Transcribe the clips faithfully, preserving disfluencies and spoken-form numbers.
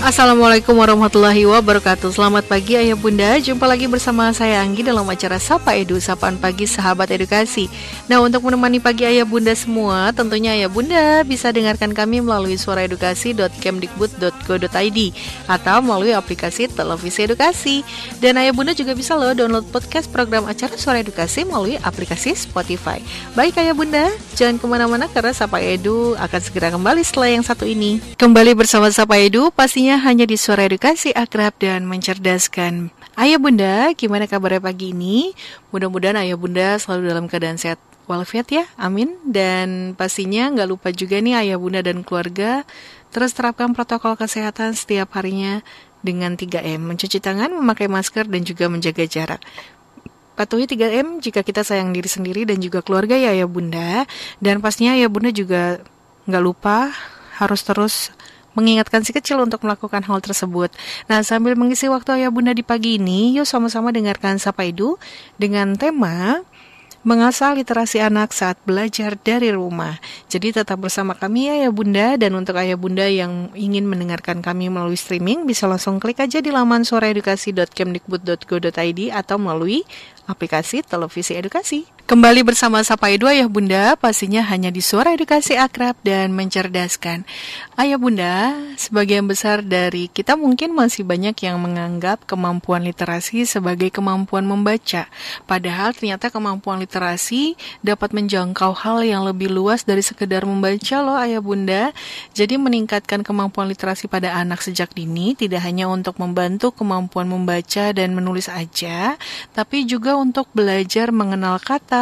Assalamualaikum warahmatullahi wabarakatuh. Selamat pagi ayah bunda. Jumpa lagi bersama saya Anggi dalam acara Sapa Edu, Sapaan Pagi Sahabat Edukasi. Nah, untuk menemani pagi ayah bunda semua, tentunya ayah bunda bisa dengarkan kami melalui suara edukasi dot kemdikbud dot go dot i d atau melalui aplikasi televisi edukasi. Dan ayah bunda juga bisa loh download podcast program acara Suara Edukasi melalui aplikasi Spotify. Baik ayah bunda, jangan kemana-mana karena Sapa Edu akan segera kembali setelah yang satu ini. Kembali bersama Sapa Edu, pastinya hanya di Suara Edukasi akrab dan mencerdaskan. Ayah bunda, gimana kabarnya pagi ini? Mudah-mudahan ayah bunda selalu dalam keadaan sehat walafiat ya, amin. Dan pastinya gak lupa juga nih ayah bunda dan keluarga terus terapkan protokol kesehatan setiap harinya dengan tiga M, mencuci tangan, memakai masker, dan juga menjaga jarak. Patuhi tiga M jika kita sayang diri sendiri dan juga keluarga ya ayah bunda. Dan pastinya ayah bunda juga gak lupa harus terus mengingatkan si kecil untuk melakukan hal tersebut. Nah, sambil mengisi waktu ayah bunda di pagi ini, yuk sama-sama dengarkan Sapa Edu dengan tema mengasah literasi anak saat belajar dari rumah. Jadi tetap bersama kami ayah bunda, dan untuk ayah bunda yang ingin mendengarkan kami melalui streaming, bisa langsung klik aja di laman suara edukasi dot kemdikbud dot go dot i d atau melalui aplikasi televisi edukasi. Kembali bersama Sapa Edu ayah bunda, pastinya hanya di Suara Edukasi akrab dan mencerdaskan. Ayah bunda, sebagian besar dari kita mungkin masih banyak yang menganggap kemampuan literasi sebagai kemampuan membaca. Padahal ternyata kemampuan literasi dapat menjangkau hal yang lebih luas dari sekedar membaca loh ayah bunda. Jadi meningkatkan kemampuan literasi pada anak sejak dini tidak hanya untuk membantu kemampuan membaca dan menulis aja, tapi juga untuk belajar mengenal kata,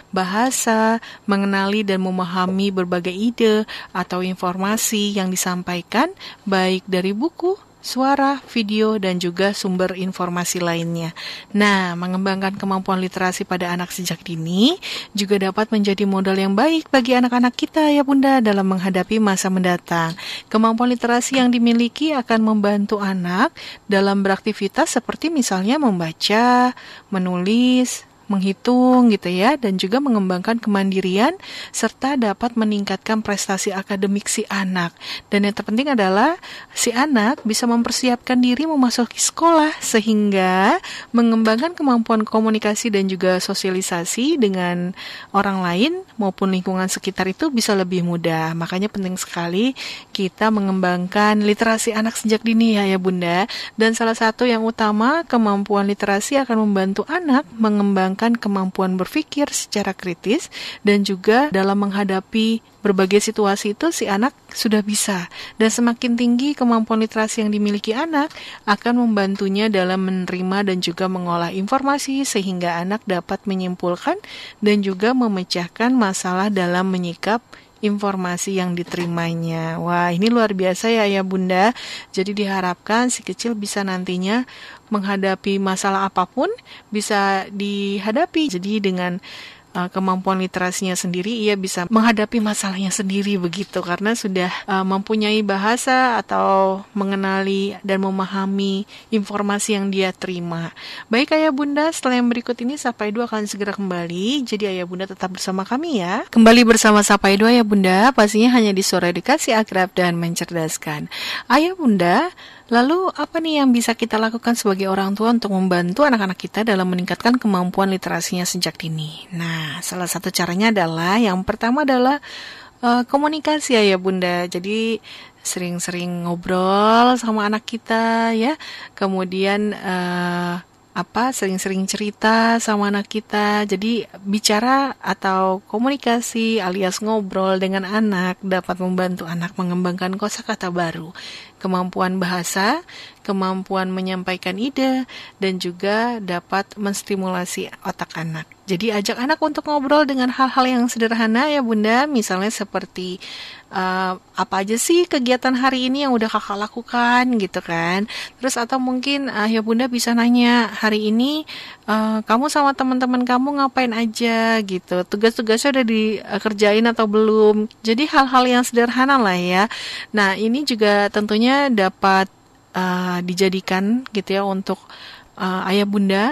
bahasa, mengenali dan memahami berbagai ide atau informasi yang disampaikan baik dari buku, suara, video, dan juga sumber informasi lainnya. Nah, mengembangkan kemampuan literasi pada anak sejak dini juga dapat menjadi modal yang baik bagi anak-anak kita ya bunda dalam menghadapi masa mendatang. Kemampuan literasi yang dimiliki akan membantu anak dalam beraktivitas seperti misalnya membaca, menulis, menghitung gitu ya, dan juga mengembangkan kemandirian serta dapat meningkatkan prestasi akademik si anak. Dan yang terpenting adalah si anak bisa mempersiapkan diri memasuki sekolah sehingga mengembangkan kemampuan komunikasi dan juga sosialisasi dengan orang lain maupun lingkungan sekitar itu bisa lebih mudah. Makanya penting sekali kita mengembangkan literasi anak sejak dini ya ya bunda. Dan salah satu yang utama, kemampuan literasi akan membantu anak mengembangkan kemampuan berpikir secara kritis dan juga dalam menghadapi berbagai situasi itu si anak sudah bisa. Dan semakin tinggi kemampuan literasi yang dimiliki anak akan membantunya dalam menerima dan juga mengolah informasi sehingga anak dapat menyimpulkan dan juga memecahkan masalah dalam menyikap informasi yang diterimanya. Wah, ini luar biasa ya ya bunda. Jadi diharapkan si kecil bisa nantinya menghadapi masalah apapun bisa dihadapi. Jadi dengan uh, kemampuan literasinya sendiri ia bisa menghadapi masalahnya sendiri begitu, karena sudah uh, mempunyai bahasa atau mengenali dan memahami informasi yang dia terima. Baik ayah bunda, setelah yang berikut ini Sapa Edu akan segera kembali. Jadi ayah bunda tetap bersama kami ya. Kembali bersama Sapa Edu ayah bunda, pastinya hanya di Suara Edukasi akrab dan mencerdaskan. Ayah bunda, lalu apa nih yang bisa kita lakukan sebagai orang tua untuk membantu anak-anak kita dalam meningkatkan kemampuan literasinya sejak dini? Nah, salah satu caranya adalah, yang pertama adalah uh, komunikasi ya bunda. Jadi sering-sering ngobrol sama anak kita ya. Kemudian uh, apa sering-sering cerita sama anak kita. Jadi bicara atau komunikasi alias ngobrol dengan anak dapat membantu anak mengembangkan kosakata baru, kemampuan bahasa, kemampuan menyampaikan ide, dan juga dapat menstimulasi otak anak. Jadi ajak anak untuk ngobrol dengan hal-hal yang sederhana ya bunda, misalnya seperti uh, apa aja sih kegiatan hari ini yang udah kakak lakukan gitu kan. Terus atau mungkin uh, ya bunda bisa nanya, hari ini uh, kamu sama teman-teman kamu ngapain aja gitu, tugas-tugasnya udah dikerjain atau belum. Jadi hal-hal yang sederhana lah ya. Nah ini juga tentunya dapat uh, dijadikan gitu ya untuk uh, ayah bunda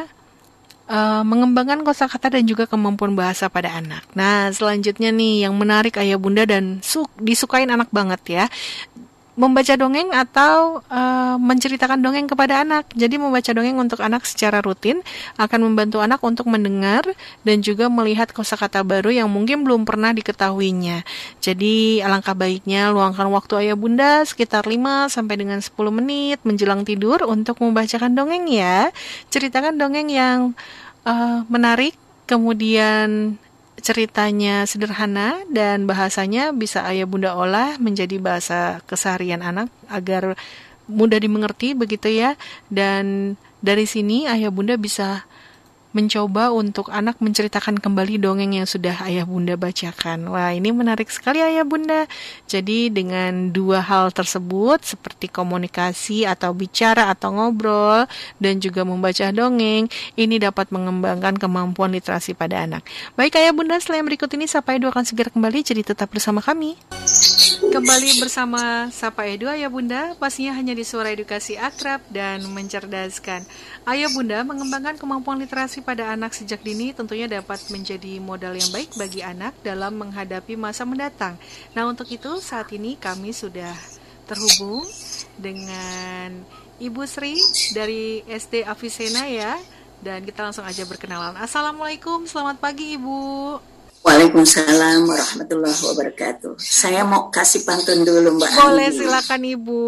uh, mengembangkan kosakata dan juga kemampuan bahasa pada anak. Nah, selanjutnya nih yang menarik ayah bunda dan su- disukain anak banget ya. membaca dongeng atau uh, menceritakan dongeng kepada anak. Jadi membaca dongeng untuk anak secara rutin akan membantu anak untuk mendengar dan juga melihat kosakata baru yang mungkin belum pernah diketahuinya. Jadi alangkah baiknya luangkan waktu ayah bunda sekitar lima sampai dengan sepuluh menit menjelang tidur untuk membacakan dongeng ya. Ceritakan dongeng yang uh, menarik, kemudian ceritanya sederhana dan bahasanya bisa ayah bunda olah menjadi bahasa keseharian anak agar mudah dimengerti begitu ya. Dan dari sini ayah bunda bisa mencoba untuk anak menceritakan kembali dongeng yang sudah ayah bunda bacakan. Wah, ini menarik sekali ayah bunda. Jadi dengan dua hal tersebut seperti komunikasi atau bicara atau ngobrol dan juga membaca dongeng, ini dapat mengembangkan kemampuan literasi pada anak. Baik ayah bunda, setelah yang berikut ini Sapa Edu akan segera kembali, jadi tetap bersama kami. Kembali bersama Sapa Edu ayah bunda, pastinya hanya di Suara Edukasi Akrab dan Mencerdaskan. Ayah bunda, mengembangkan kemampuan literasi pada anak sejak dini tentunya dapat menjadi modal yang baik bagi anak dalam menghadapi masa mendatang. Nah, untuk itu saat ini kami sudah terhubung dengan Ibu Sri dari S D Avicenna ya, dan kita langsung aja berkenalan. Assalamualaikum, selamat pagi Ibu. Waalaikumsalam warahmatullahi wabarakatuh. Saya mau kasih pantun dulu Mbak Andi. Boleh, silakan Ibu.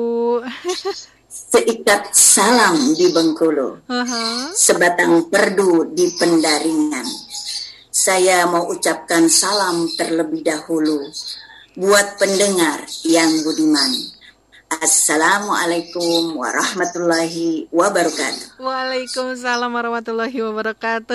Seikat salam di Bengkulu, uh-huh. sebatang perdu di pendaringan. Saya mau ucapkan salam terlebih dahulu buat pendengar yang budiman. Assalamualaikum warahmatullahi wabarakatuh. Waalaikumsalam warahmatullahi wabarakatuh.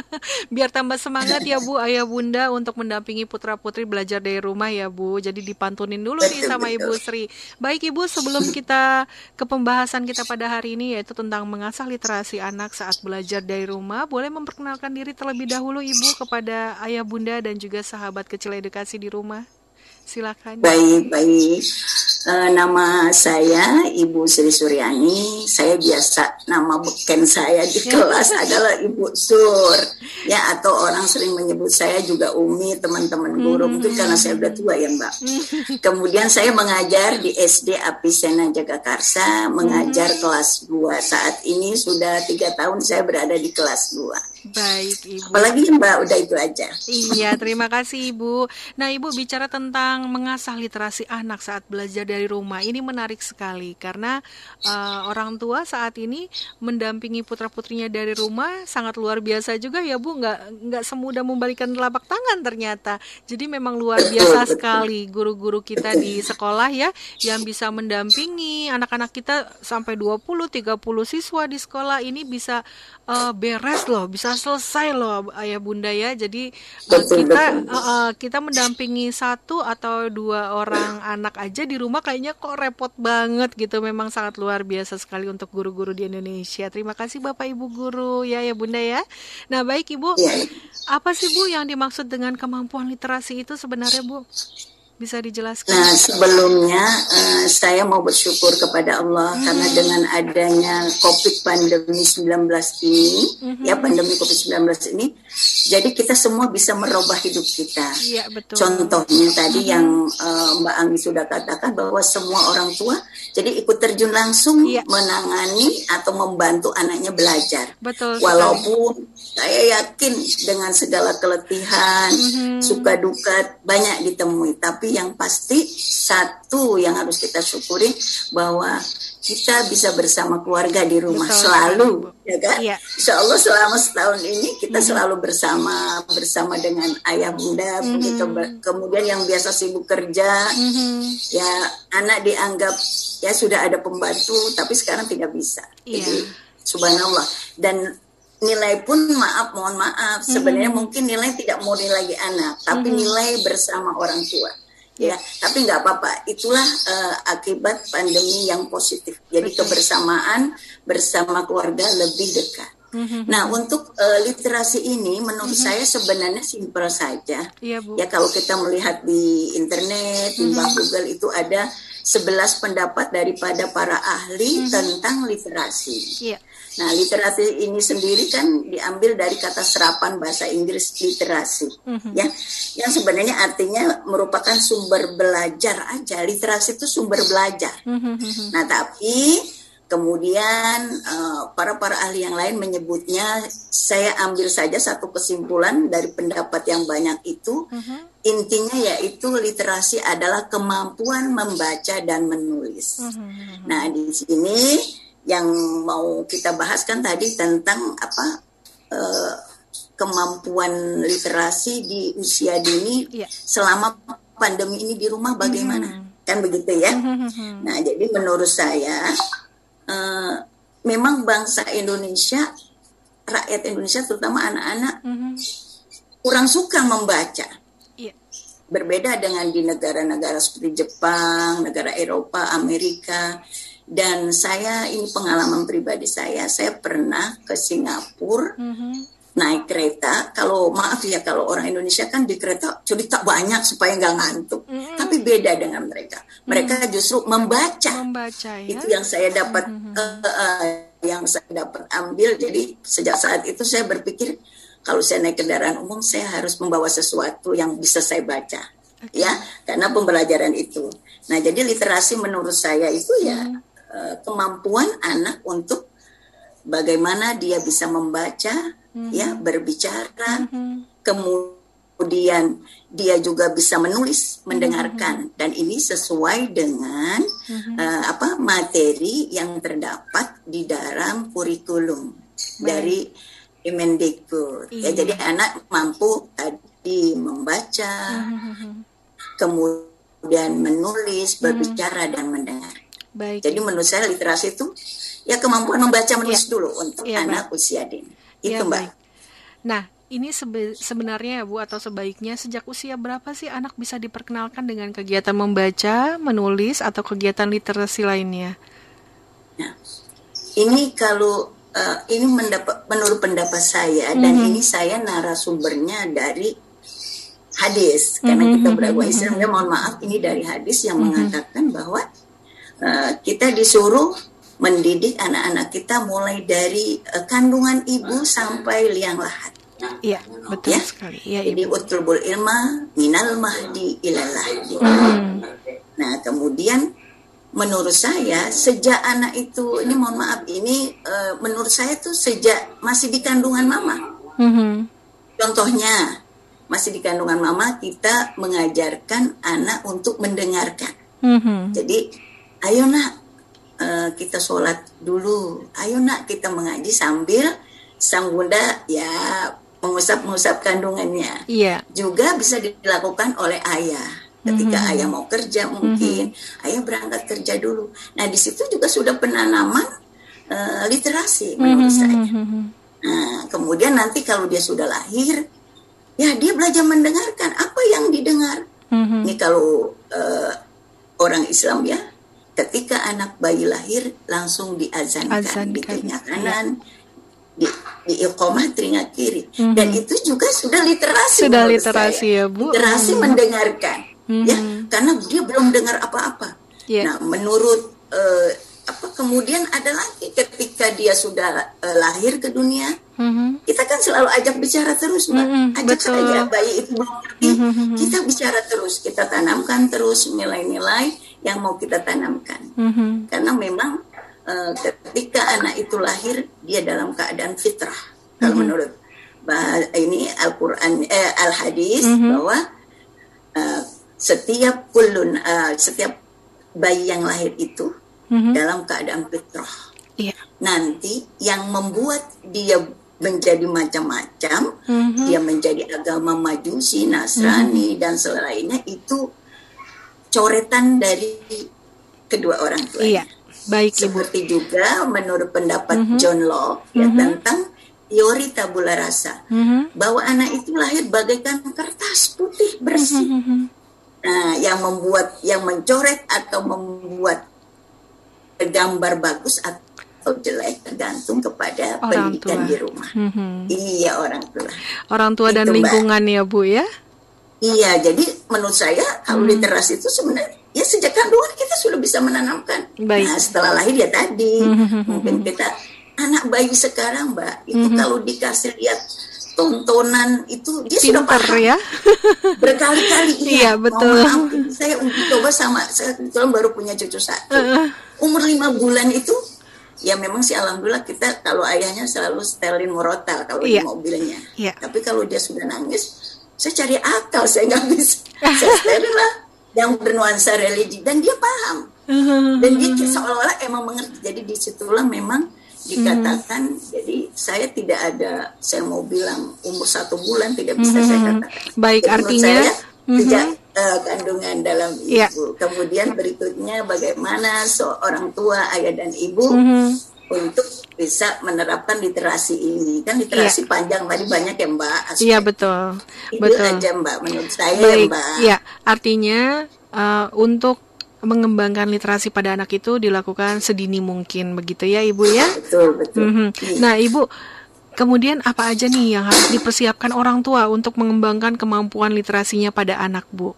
Biar tambah semangat ya Bu, ayah bunda untuk mendampingi putra-putri belajar dari rumah ya Bu. Jadi dipantunin dulu betul, nih sama betul. Ibu Sri. Baik Ibu, sebelum kita ke pembahasan kita pada hari ini yaitu tentang mengasah literasi anak saat belajar dari rumah, boleh memperkenalkan diri terlebih dahulu Ibu kepada ayah bunda dan juga sahabat kecil edukasi di rumah. Silakan. Baik, baik. E, nama saya Ibu Sri Suryani. Saya biasa nama beken saya di kelas adalah Ibu Sur. Ya, atau orang sering menyebut saya juga Umi, teman-teman guru. Mm-hmm. Mungkin karena saya udah tua ya, Mbak. Mm-hmm. Kemudian saya mengajar di S D Avicenna Jagakarsa, mengajar mm-hmm. kelas dua. Saat ini sudah tiga tahun saya berada di kelas dua. Baik Ibu. Apalagi Mbak, udah itu aja. Iya, terima kasih Ibu. Nah Ibu, bicara tentang mengasah literasi anak saat belajar dari rumah, ini menarik sekali karena uh, orang tua saat ini mendampingi putra-putrinya dari rumah sangat luar biasa juga ya Bu, nggak nggak semudah membalikan telapak tangan ternyata. Jadi memang luar biasa sekali guru-guru kita di sekolah ya yang bisa mendampingi anak-anak kita sampai dua puluh tiga puluh siswa di sekolah ini bisa uh, beres loh, bisa selesai loh ayah bunda ya. Jadi uh, kita uh, uh, kita mendampingi satu atau dua orang anak aja di rumah kayaknya kok repot banget gitu. Memang sangat luar biasa sekali untuk guru-guru di Indonesia. Terima kasih Bapak Ibu guru ya ya bunda ya. Nah baik Ibu, apa sih Bu yang dimaksud dengan kemampuan literasi itu sebenarnya Bu? Bisa dijelaskan? Nah, sebelumnya uh, saya mau bersyukur kepada Allah hmm. karena dengan adanya COVID pandemi sembilan belas ini, hmm. ya pandemi COVID sembilan belas ini, jadi kita semua bisa merubah hidup kita. Ya, betul. Contohnya tadi hmm. yang uh, Mbak Anggi sudah katakan bahwa semua orang tua jadi ikut terjun langsung ya. menangani atau membantu anaknya belajar. Betul. Walaupun saya yakin dengan segala keletihan, hmm. suka duka banyak ditemui, tapi yang pasti satu yang harus kita syukuri bahwa kita bisa bersama keluarga di rumah. Betul, selalu, ya kan? Iya. Insya Allah selama setahun ini kita mm-hmm. selalu bersama bersama dengan ayah bunda. Mm-hmm. Begitu, kemudian yang biasa sibuk kerja, mm-hmm. ya anak dianggap ya sudah ada pembantu, tapi sekarang tidak bisa. Iya. Jadi subhanallah. Dan nilai pun maaf, mohon maaf, mm-hmm. sebenarnya mungkin nilai tidak murni lagi anak, tapi mm-hmm. nilai bersama orang tua. Ya, tapi nggak apa-apa. Itulah uh, akibat pandemi yang positif. Jadi betul. Kebersamaan bersama keluarga lebih dekat. Mm-hmm. Nah, untuk uh, literasi ini menurut mm-hmm. saya sebenarnya simpel saja. Iya, Bu. Ya, kalau kita melihat di internet, mm-hmm. di Google itu ada sebelas pendapat daripada para ahli mm-hmm. tentang literasi. Iya. Nah, literasi ini sendiri kan diambil dari kata serapan bahasa Inggris literasi, mm-hmm. ya, yang sebenarnya artinya merupakan sumber belajar aja. Literasi itu sumber belajar. Mm-hmm. Nah, tapi kemudian uh, para para ahli yang lain menyebutnya, saya ambil saja satu kesimpulan dari pendapat yang banyak itu, mm-hmm. intinya yaitu literasi adalah kemampuan membaca dan menulis. Mm-hmm. Nah, di sini yang mau kita bahas kan tadi tentang apa uh, kemampuan literasi di usia dini, yeah. selama pandemi ini di rumah bagaimana, mm-hmm. kan begitu ya. Mm-hmm. Nah, jadi menurut saya uh, memang bangsa Indonesia, rakyat Indonesia terutama anak-anak, mm-hmm. kurang suka membaca. Yeah. Berbeda dengan di negara-negara seperti Jepang, negara Eropa, Amerika. Dan saya, ini pengalaman pribadi saya, saya pernah ke Singapura, mm-hmm. naik kereta. Kalau maaf ya, kalau orang Indonesia kan di kereta cerita banyak supaya nggak ngantuk, mm-hmm. tapi beda dengan mereka. Mereka mm-hmm. justru membaca. Membaca ya? Itu yang saya dapat, mm-hmm. uh, uh, yang saya dapat ambil. Jadi sejak saat itu saya berpikir kalau saya naik kendaraan umum, saya harus membawa sesuatu yang bisa saya baca, okay. ya, karena pembelajaran itu. Nah, jadi literasi menurut saya itu ya. Mm-hmm. kemampuan anak untuk bagaimana dia bisa membaca, mm-hmm. ya, berbicara, mm-hmm. kemudian dia juga bisa menulis, mendengarkan, mm-hmm. dan ini sesuai dengan mm-hmm. uh, apa materi yang terdapat di dalam kurikulum Baik. dari Kemendikbud. Iya. Ya, jadi anak mampu tadi membaca, mm-hmm. kemudian menulis, berbicara, mm-hmm. dan mendengar. Baik. Jadi menurut saya literasi itu ya kemampuan membaca menulis ya. dulu untuk ya, anak baik. usia dini. Itu ya, Mbak. Baik. Nah, ini sebe- sebenarnya ya Bu, atau sebaiknya sejak usia berapa sih anak bisa diperkenalkan dengan kegiatan membaca, menulis, atau kegiatan literasi lainnya? Nah, ini kalau uh, ini mendapat menurut pendapat saya, mm-hmm. dan ini saya narasumbernya dari hadis, karena mm-hmm. kita beragama Islam, ya mohon maaf ini dari hadis yang mm-hmm. mengatakan bahwa Uh, kita disuruh mendidik anak-anak kita mulai dari uh, kandungan ibu sampai liang lahat. Iya, betul ya? sekali. Ya, Jadi utlubul ilma minal mahdi ilal lahdi. Hmm. Nah, kemudian menurut saya sejak anak itu, ini mohon maaf ini uh, menurut saya tuh sejak masih di kandungan mama. Hmm. Contohnya masih di kandungan mama kita mengajarkan anak untuk mendengarkan. Hmm. Jadi ayo nak, uh, kita sholat dulu. Ayo nak, kita mengaji sambil sang bunda ya mengusap-mengusap kandungannya. Iya. Juga bisa dilakukan oleh ayah. Ketika mm-hmm. ayah mau kerja mungkin, mm-hmm. ayah berangkat kerja dulu. Nah, di situ juga sudah penanaman uh, literasi menurut mm-hmm. saya. Nah, kemudian nanti kalau dia sudah lahir, ya dia belajar mendengarkan apa yang didengar. Mm-hmm. Ini kalau uh, orang Islam ya, ketika anak bayi lahir langsung diazankan, Azankan. di telinga kanan, di, di iqomah telinga kiri, mm-hmm. dan itu juga sudah literasi. Sudah literasi saya. ya Bu. Literasi mm-hmm. mendengarkan, mm-hmm. ya, karena dia belum dengar apa-apa. Yeah. Nah, menurut uh, apa kemudian ada lagi ketika dia sudah uh, lahir ke dunia, mm-hmm. kita kan selalu ajak bicara terus, Mbak. Mm-hmm. Ajak Betul. saja bayi itu belum ngerti, mm-hmm. kita bicara terus, kita tanamkan terus nilai-nilai yang mau kita tanamkan, mm-hmm. karena memang uh, ketika anak itu lahir dia dalam keadaan fitrah. Mm-hmm. Kalau menurut bah- ini Al-Quran, eh, Al-Hadis, mm-hmm. bahwa uh, setiap kulun, uh, setiap bayi yang lahir itu mm-hmm. dalam keadaan fitrah. Yeah. Nanti yang membuat dia menjadi macam-macam, mm-hmm. dia menjadi agama Majusi, Nasrani, mm-hmm. dan selainnya itu coretan dari kedua orang tua. Iya, baik Ibu. Seperti juga menurut pendapat mm-hmm. John Locke ya mm-hmm. tentang teori tabula rasa, mm-hmm. bahwa anak itu lahir bagaikan kertas putih bersih. Mm-hmm. Nah, yang membuat, yang mencoret atau membuat gambar bagus atau jelek tergantung kepada orang pendidikan tua. di rumah. Mm-hmm. Iya, orang tua. Orang tua itu, dan lingkungan Mbak. ya Bu ya. Iya, jadi menurut saya kalau hmm. literasi itu sebenarnya ya sejak kandungan kita sudah bisa menanamkan. Baik. Nah, setelah lahir ya tadi hmm. mungkin kita anak bayi sekarang, Mbak, itu Mhm. kalau dikasih lihat tontonan itu dia sudah Pinter paham ya. berkali-kali. Iya, Iya, mohon betul. maaf, ini saya uji coba sama saya kebetulan baru punya cucu satu. Heeh. Umur lima bulan itu, ya memang sih alhamdulillah kita kalau ayahnya selalu setelin murotal kalau di Iya. mobilnya. Iya. Tapi kalau dia sudah nangis, saya cari akal, saya nggak bisa. Saya setelin lah yang bernuansa religi dan dia paham. Dan dia seolah-olah emang mengerti. Jadi disitulah memang dikatakan, jadi saya tidak ada, saya mau bilang umur satu bulan tidak bisa saya katakan. Baik, Jadi menurut artinya saya, mhm. sejak eh, kandungan dalam ibu. Iya. Kemudian berikutnya bagaimana seorang tua, ayah dan ibu Mhm. untuk bisa menerapkan literasi ini. Kan literasi panjang tadi banyak ya Mbak. aspek. Iya, betul. Itu Betul. aja Mbak menurut saya ya Baik, Mbak. ya, artinya eh, untuk mengembangkan literasi pada anak itu dilakukan sedini mungkin, begitu ya Ibu ya? Betul, betul. Mhm. Iya. Nah Ibu, kemudian apa aja nih yang harus dipersiapkan orang tua untuk mengembangkan kemampuan literasinya pada anak, Bu?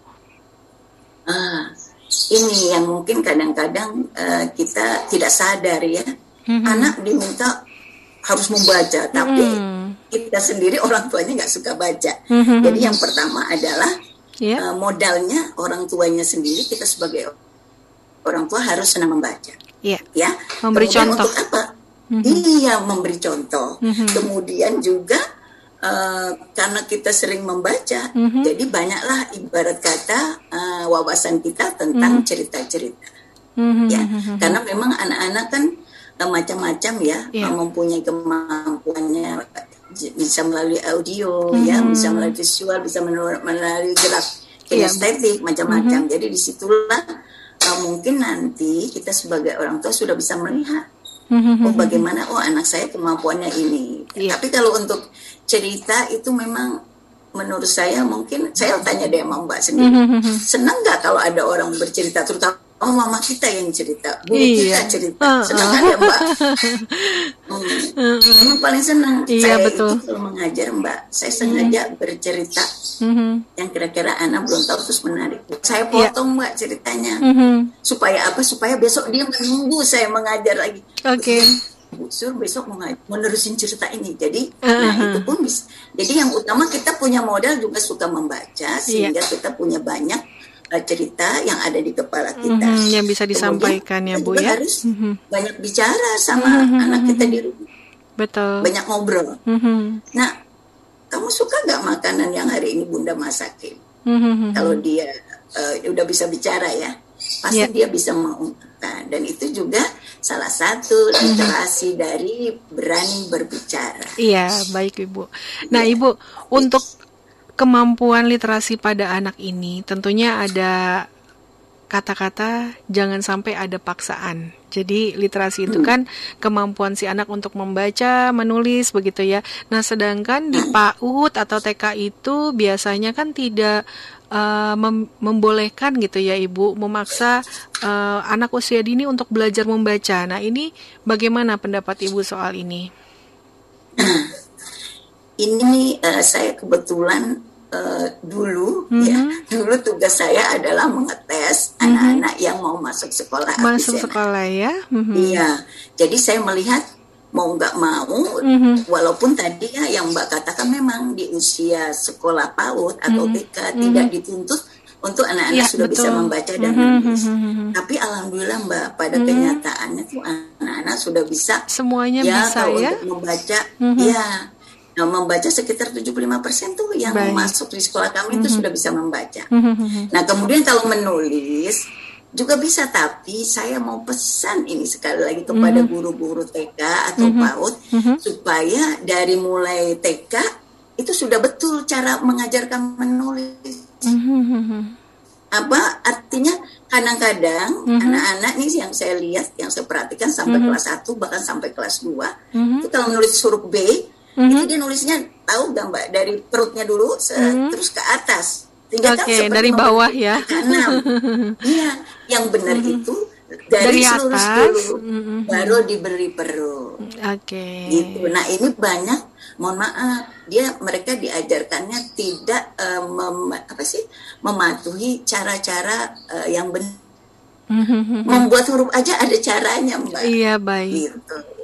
Ah, ini yang mungkin kadang-kadang eh, kita tidak sadar ya. Anak diminta harus membaca, tapi Mhm. kita sendiri orang tuanya nggak suka baca. Mhm. Jadi yang pertama adalah Ya, eh, modalnya orang tuanya sendiri, kita sebagai orang tua harus senang membaca. ya, Ya, Memberi kemudian contoh. untuk apa? Iya, memberi contoh. Mhm. Kemudian juga eh, karena kita sering membaca, Mhm. jadi banyaklah ibarat kata eh, wawasan kita tentang cerita-cerita. Mhm. Ya, Mhm. karena memang anak-anak kan eh, macam-macam ya, Iya. eh, mempunyai kemampuannya j- bisa melalui audio, Mhm. ya, bisa melalui visual, bisa menur- melalui gerak Iya. kinestetik, macam-macam. Jadi disitulah eh, mungkin nanti kita sebagai orang tua sudah bisa melihat, Mhm. oh bagaimana, oh anak saya kemampuannya ini. Iya. Tapi kalau untuk cerita itu memang menurut saya mungkin saya tanya deh sama Mbak sendiri, Mhm. senang nggak kalau ada orang bercerita, terutama oh mama kita yang cerita, guru Iya. kita cerita, Uh-uh. senang kan ya Mbak? Hmm. Memang paling senang. Iya, Saya betul. itu kalau mengajar Mbak, saya sengaja bercerita Mhm. yang kira-kira anak belum tahu terus menarik. Saya Iya. potong Mbak ceritanya. Mhm. Supaya apa? Supaya besok dia menunggu saya mengajar lagi. Oke. Bu Sur besok mau ngaj- menerusin cerita ini. Jadi, Uh-huh. nah itu pun bisa. Jadi yang utama kita punya modal juga suka membaca sehingga kita punya banyak uh, cerita yang ada di kepala kita. Mhm, yang bisa Kemudian disampaikan ya, kita Bu juga ya. harus Mhm. banyak bicara sama anak kita di rumah, Betul. banyak ngobrol. Mhm. Nah, kamu suka nggak makanan yang hari ini Bunda masakin? Mhm. Kalau dia uh, udah bisa bicara ya, pasti Ya. dia bisa mengungkapkan. Dan itu juga salah satu literasi dari berani berbicara. Iya, baik Ibu. Nah, Ibu, untuk kemampuan literasi pada anak ini tentunya ada kata-kata jangan sampai ada paksaan. Jadi literasi itu kan kemampuan si anak untuk membaca, menulis begitu ya. Nah, sedangkan di PAUD atau T K itu biasanya kan tidak uh, mem- membolehkan gitu ya Ibu, memaksa uh, anak usia dini untuk belajar membaca. Nah, ini bagaimana pendapat Ibu soal ini? Ini uh, saya kebetulan uh, dulu ya, dulu tugas saya adalah mengetes anak-anak yang mau masuk sekolah Masuk Abisena. sekolah ya. Mhm. Iya, jadi saya melihat mau nggak mau, walaupun tadi ya yang Mbak katakan memang di usia sekolah PAUD atau T K tidak dituntut untuk anak-anak Ya, sudah bisa betul. membaca dan menulis. Tapi alhamdulillah Mbak, pada kenyataannya tuh anak-anak sudah bisa Semuanya ya bisa kalau ya. untuk membaca, ya. Nah, membaca sekitar tujuh puluh lima persen tuh yang Baik. masuk di sekolah kami itu sudah bisa membaca. Nah, kemudian kalau menulis juga bisa, tapi saya mau pesan ini sekali lagi kepada guru-guru T K atau PAUD supaya dari mulai T K itu sudah betul cara mengajarkan menulis. Apa artinya kadang-kadang anak-anak nih yang saya lihat, yang saya perhatikan sampai kelas satu bahkan sampai kelas dua itu kalau menulis huruf B itu dia nulisnya tahu gak Mbak dari perutnya dulu se- terus ke atas. Tinggal kan Oke, seperti dari memberi bawah ya. kanan. Iya, yang benar itu Dari dari, lurus atas. dulu baru diberi perut. Oke. Gitu. Nah, ini banyak mohon maaf dia mereka diajarkannya tidak eh, mem- apa sih mematuhi cara-cara eh, yang benar. Membuat huruf aja ada caranya Mbak. Iya, baik. Gitu.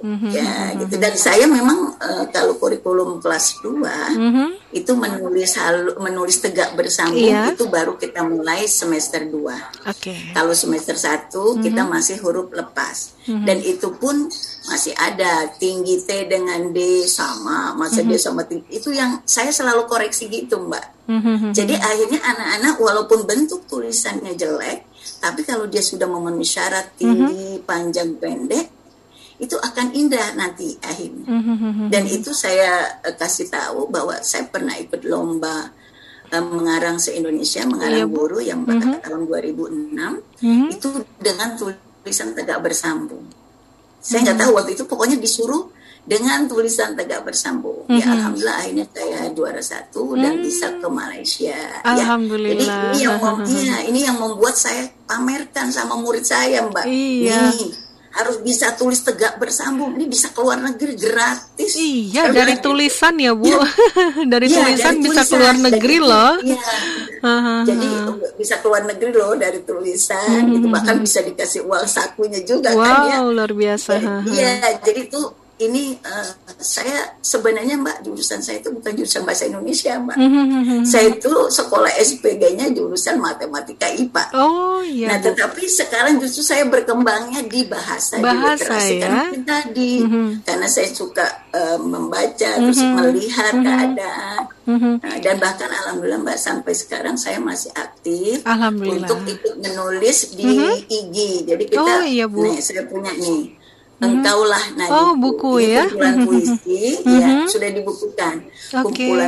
Mm-hmm. Ya, gitu. Dan saya memang uh, kalau kurikulum kelas dua mm-hmm. itu menulis halu, menulis tegak bersambung yeah. itu baru kita mulai semester dua. Okay. Kalau semester satu mm-hmm. kita masih huruf lepas. Mm-hmm. Dan itu pun masih ada tinggi T dengan D sama, masa mm-hmm. D sama tinggi. Itu yang saya selalu koreksi gitu, Mbak. Mm-hmm. Jadi akhirnya anak-anak walaupun bentuk tulisannya jelek, tapi kalau dia sudah memenuhi syarat tinggi, mm-hmm. panjang, pendek, itu akan indah nanti akhirnya. Mm-hmm. Dan itu saya uh, kasih tahu bahwa saya pernah ikut lomba uh, mengarang se-Indonesia, mengarang yeah, guru yang pada mm-hmm. tahun dua ribu enam, mm-hmm. itu dengan tulisan tegak bersambung. Saya nggak mm-hmm. tahu waktu itu, pokoknya disuruh dengan tulisan tegak bersambung. Mm-hmm. Ya alhamdulillah akhirnya saya juara satu mm-hmm. dan bisa ke Malaysia. Alhamdulillah. Ya. Jadi ini yang, mem- ya, ini yang membuat saya pamerkan sama murid saya, Mbak. Iya. Nih, harus bisa tulis tegak bersambung. Ini bisa keluar negeri gratis. Iya, saya dari tulisan ya, Bu. Ya. dari ya, tulisan dari bisa tulisan, keluar negeri dari, loh. Iya. Jadi bisa keluar negeri loh dari tulisan. Hmm. Itu bahkan bisa dikasih uang sakunya juga wow, kan ya. Wow, luar biasa. Iya, jadi itu ini uh, saya sebenarnya Mbak, jurusan saya itu bukan jurusan bahasa Indonesia, Mbak. Mm-hmm. Saya itu sekolah S P G-nya jurusan matematika I P A. Oh iya. Nah, tetapi sekarang justru saya berkembangnya di bahasa, bahasa di literasi ya? kan tadi. Mm-hmm. Karena saya suka uh, membaca, mm-hmm. terus melihat mm-hmm. keadaan. Mm-hmm. Nah, dan bahkan alhamdulillah Mbak sampai sekarang saya masih aktif untuk ikut menulis di mm-hmm. I G I. Jadi kita, oh, iya, Bu. nih saya punya nih. Engkaulah Nadiku. Oh, buku ini ya. Kumpulan puisi ya sudah dibukukan. Okay. Kumpulan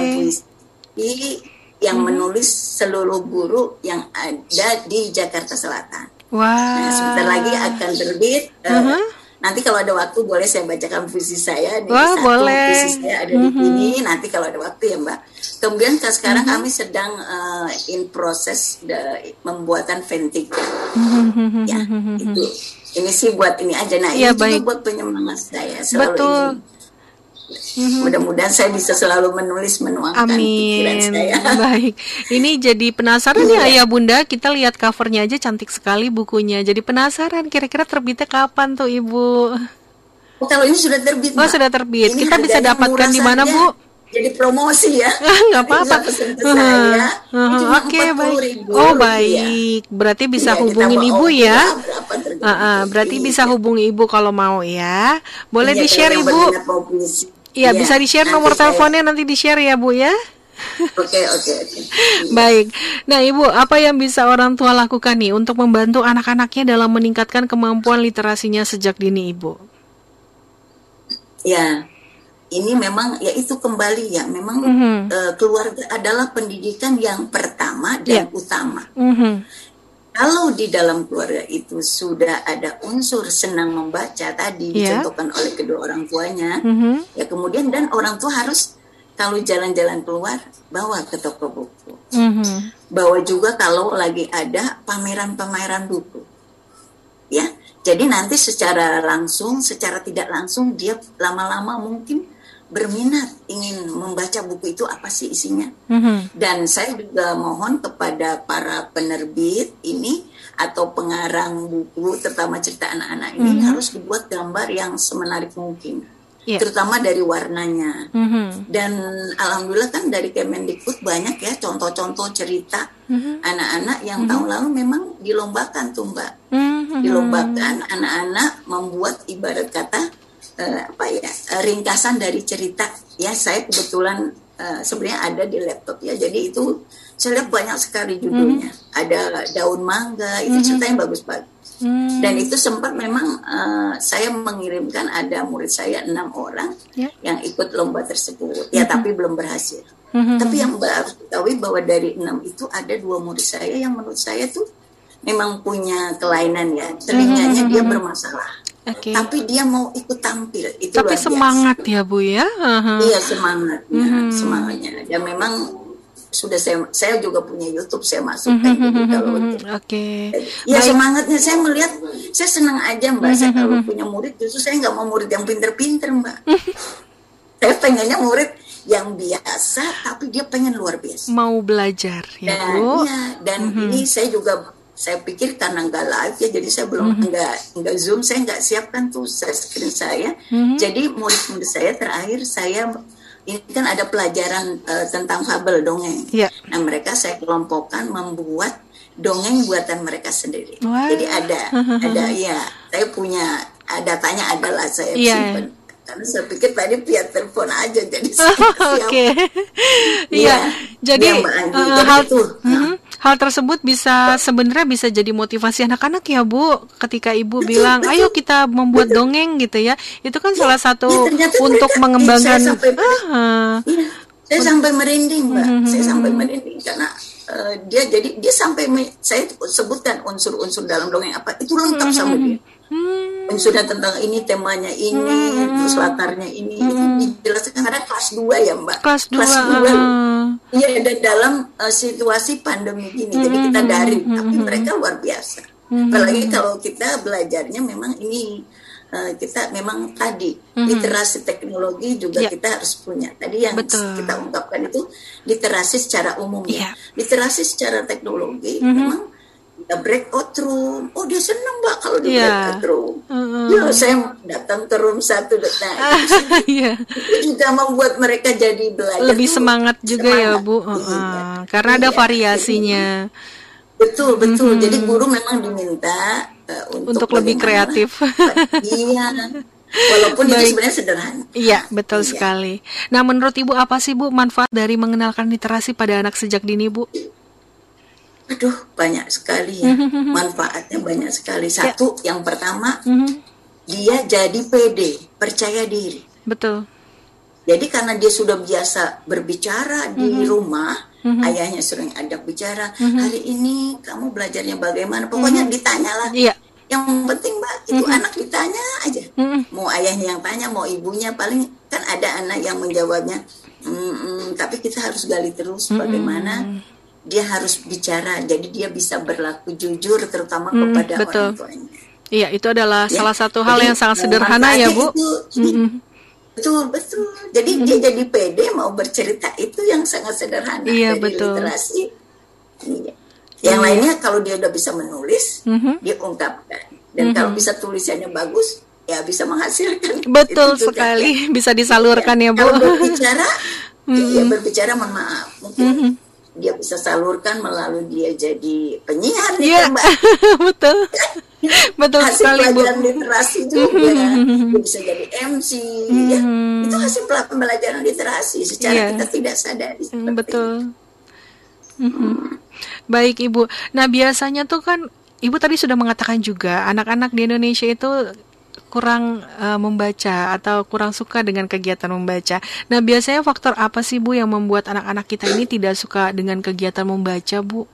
puisi yang mm-hmm. menulis seluruh guru yang ada di Jakarta Selatan. Wow. Nah, sebentar lagi akan terbit. Uh-huh. Uh, nanti kalau ada waktu boleh saya bacakan puisi saya. Nih, Wah, satu boleh. puisi saya ada mm-hmm. di sini. Nanti kalau ada waktu ya, Mbak. Kemudian sekarang mm-hmm. kami sedang uh, in proses the, membuatan Ventika. Mm-hmm. Ya, itu. Ini sih buat ini aja. Nah, ya, ini baik. Juga buat penyemangat saya selalu. Betul. Mm-hmm. Mudah-mudahan saya bisa selalu menulis, menuangkan pikiran saya. Baik. Ini jadi penasaran ya Ayah Bunda. Kita lihat covernya aja cantik sekali bukunya. Jadi penasaran kira-kira terbitnya kapan tuh Ibu? Oh, kalau ini sudah terbit. Oh, Mbak. Sudah terbit. Ini kita bisa dapatkan di mana, Bu? Jadi promosi ya. Nggak apa-apa. Uh, uh, Oke, okay, baik. Oh, baik. Berarti bisa ya, hubungin Ibu ya. Uh, uh, berarti bisa hubungi Ibu kalau mau ya. Boleh ya, di-share Ibu. Iya, ya, bisa di-share nomor saya... teleponnya nanti di-share ya, Bu ya. Oke, oke, oke. Baik. Nah, Ibu, apa yang bisa orang tua lakukan nih untuk membantu anak-anaknya dalam meningkatkan kemampuan literasinya sejak dini, Ibu? Ya. Ini memang ya itu kembali ya memang mm-hmm. uh, keluarga adalah pendidikan yang pertama dan yeah. utama. Mm-hmm. Kalau di dalam keluarga itu sudah ada unsur senang membaca tadi yeah. dicontohkan oleh kedua orang tuanya, mm-hmm. ya kemudian dan orang tua harus kalau jalan-jalan keluar bawa ke toko buku, mm-hmm. bawa juga kalau lagi ada pameran-pameran buku, ya. Jadi nanti secara langsung, secara tidak langsung dia lama-lama mungkin berminat ingin membaca buku itu apa sih isinya. Mm-hmm. Dan saya juga mohon kepada para penerbit ini atau pengarang buku terutama cerita anak-anak ini mm-hmm. harus dibuat gambar yang semenarik mungkin. Yeah. Terutama dari warnanya. Mm-hmm. Dan alhamdulillah kan dari Kemendikbud banyak ya contoh-contoh cerita mm-hmm. anak-anak yang mm-hmm. tahun lalu memang dilombakan tuh Mbak. Mm-hmm. Dilombakan anak-anak membuat ibarat kata Uh, apa ya uh, ringkasan dari cerita ya. Saya kebetulan uh, sebenarnya ada di laptop ya, jadi itu saya lihat banyak sekali judulnya. Mm-hmm. Ada daun mangga itu mm-hmm. ceritanya bagus-bagus. Mm-hmm. Dan itu sempat memang uh, saya mengirimkan ada murid saya enam orang yeah. yang ikut lomba tersebut ya, mm-hmm. tapi belum berhasil. Mm-hmm. Tapi yang harus diketahui bahwa dari enam itu ada dua murid saya yang menurut saya tuh memang punya kelainan ya, telinganya mm-hmm. dia bermasalah. Okay. Tapi dia mau ikut tampil itu. Tapi semangat biasa. Ya Bu ya. Uh-huh. Iya semangatnya, mm-hmm. semangatnya. Dan memang sudah saya saya juga punya YouTube saya masukkan mm-hmm. gitu kalau untuk. Oke. Okay. Ya baik. Semangatnya saya melihat saya senang aja Mbak. Mm-hmm. Saya kalau punya murid justru saya nggak mau murid yang pinter-pinter Mbak. Saya pengennya murid yang biasa tapi dia pengen luar biasa. Mau belajar ya dan, Bu. Ya, dan mm-hmm. ini saya juga saya pikir karena nggak live ya, jadi saya belum mm-hmm. nggak nggak zoom, saya nggak siapkan tuh screen saya. Mm-hmm. Jadi murid-murid saya terakhir saya ini kan ada pelajaran uh, tentang fabel dongeng. Yeah. Nah mereka saya kelompokkan membuat dongeng buatan mereka sendiri. Wow. Jadi ada ada ya saya punya datanya adalah saya yeah. simpan. Karena saya pikir tadi via telepon aja jadi oh, oke. Iya. Jadi ya, uh, hal itu. Uh, hal tersebut bisa sebenarnya bisa jadi motivasi anak-anak ya Bu. Ketika Ibu betul, bilang, betul, "Ayo kita membuat betul. dongeng" gitu ya. Itu kan ya, salah satu ya, untuk mereka, mengembangkan saya sampai, uh, ya, saya sampai merinding, Mbak. Uh, saya sampai merinding karena uh, dia jadi dia sampai me, saya sebutkan unsur-unsur dalam dongeng apa itu lengkap uh, sama dia. Hmm. Sudah tentang ini temanya ini hmm. terus latarnya ini hmm. itu dijelaskan karena kelas dua ya Mbak, kelas dua iya uh. dan dalam uh, situasi pandemi ini hmm. jadi kita daring hmm. tapi mereka luar biasa hmm. apalagi kalau kita belajarnya memang ini uh, kita memang tadi hmm. literasi teknologi juga yeah. kita harus punya tadi yang Betul. kita ungkapkan itu literasi secara umum ya yeah. literasi secara teknologi hmm. memang kita breakout room, oh dia senang Mbak kalau di yeah. breakout room. Uh-uh. Ya saya datang ke room satu, nah itu, yeah. itu juga membuat mereka jadi belajar lebih semangat juga semangat. ya Bu, uh-uh. iya. karena ada iya. variasinya. Jadi, betul betul. Mm-hmm. Jadi guru memang diminta uh, untuk, untuk lebih kreatif. Iya. Walaupun Baik. itu sebenarnya sederhana. Iya betul iya. sekali. Nah menurut Ibu apa sih Bu manfaat dari mengenalkan literasi pada anak sejak dini Bu? Aduh, banyak sekali ya. Manfaatnya banyak sekali. Satu, ya. yang pertama, mm-hmm. dia jadi pede, percaya diri. Betul. Jadi karena dia sudah biasa berbicara mm-hmm. di rumah, mm-hmm. ayahnya sering ajak bicara, mm-hmm. hari ini kamu belajarnya bagaimana? Pokoknya mm-hmm. ditanyalah. Iya. Yang penting Mbak, itu mm-hmm. anak ditanya aja. Mm-hmm. Mau ayahnya yang tanya, mau ibunya, paling kan ada anak yang menjawabnya, mm-mm, tapi kita harus gali terus mm-hmm. bagaimana dia harus bicara, jadi dia bisa berlaku jujur terutama hmm, kepada betul. orang tuanya. Iya, itu adalah ya. salah satu hal jadi, yang sangat sederhana ya Bu. Itu, mm-hmm. Betul betul. Jadi mm-hmm. dia jadi pede mau bercerita itu yang sangat sederhana iya, dari betul. literasi. Iya. Yang mm-hmm. lainnya kalau dia udah bisa menulis, mm-hmm. dia ungkapkan. Dan mm-hmm. kalau bisa tulisannya bagus, ya bisa menghasilkan. Betul sekali, kan. bisa disalurkan ya, ya Bu. Kalau berbicara, mm-hmm. ya berbicara mohon maaf mungkin. Mm-hmm. dia bisa salurkan melalui dia jadi penyiar yeah. Mbak. Betul. Betul hasil sekali Bu. Pelajaran literasi juga. Dia bisa jadi M C mm-hmm. ya. Itu hasil pembelajaran literasi secara yeah. kita tidak sadari. Betul. Mm-hmm. Baik Ibu. Nah biasanya tuh kan Ibu tadi sudah mengatakan juga anak-anak di Indonesia itu kurang uh, membaca atau kurang suka dengan kegiatan membaca. Nah, biasanya faktor apa sih Bu yang membuat anak-anak kita ini tidak suka dengan kegiatan membaca, Bu?